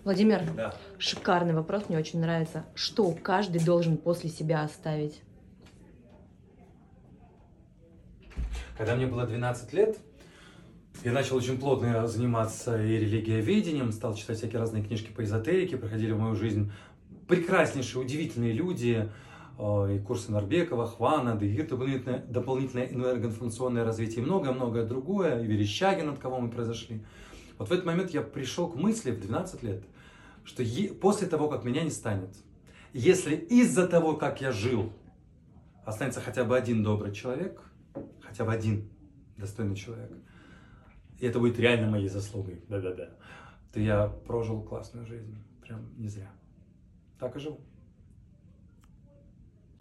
Владимир, Да. шикарный вопрос, мне очень нравится. Что каждый должен после себя оставить? Когда мне было 12 лет, я начал очень плотно заниматься и религиоведением, стал читать всякие разные книжки по эзотерике, приходили в мою жизнь прекраснейшие, удивительные люди, и курсы Нарбекова, Хвана, Девир, дополнительное энергоинформационное развитие и многое-многое другое, и Верещагин, от кого мы произошли. Вот в этот момент я пришел к мысли в 12 лет, что после того, как меня не станет, если из-за того, как я жил, останется хотя бы один добрый человек, хотя бы один достойный человек, и это будет реально моей заслугой, да-да-да, то я прожил классную жизнь, прям не зря. Так и живу.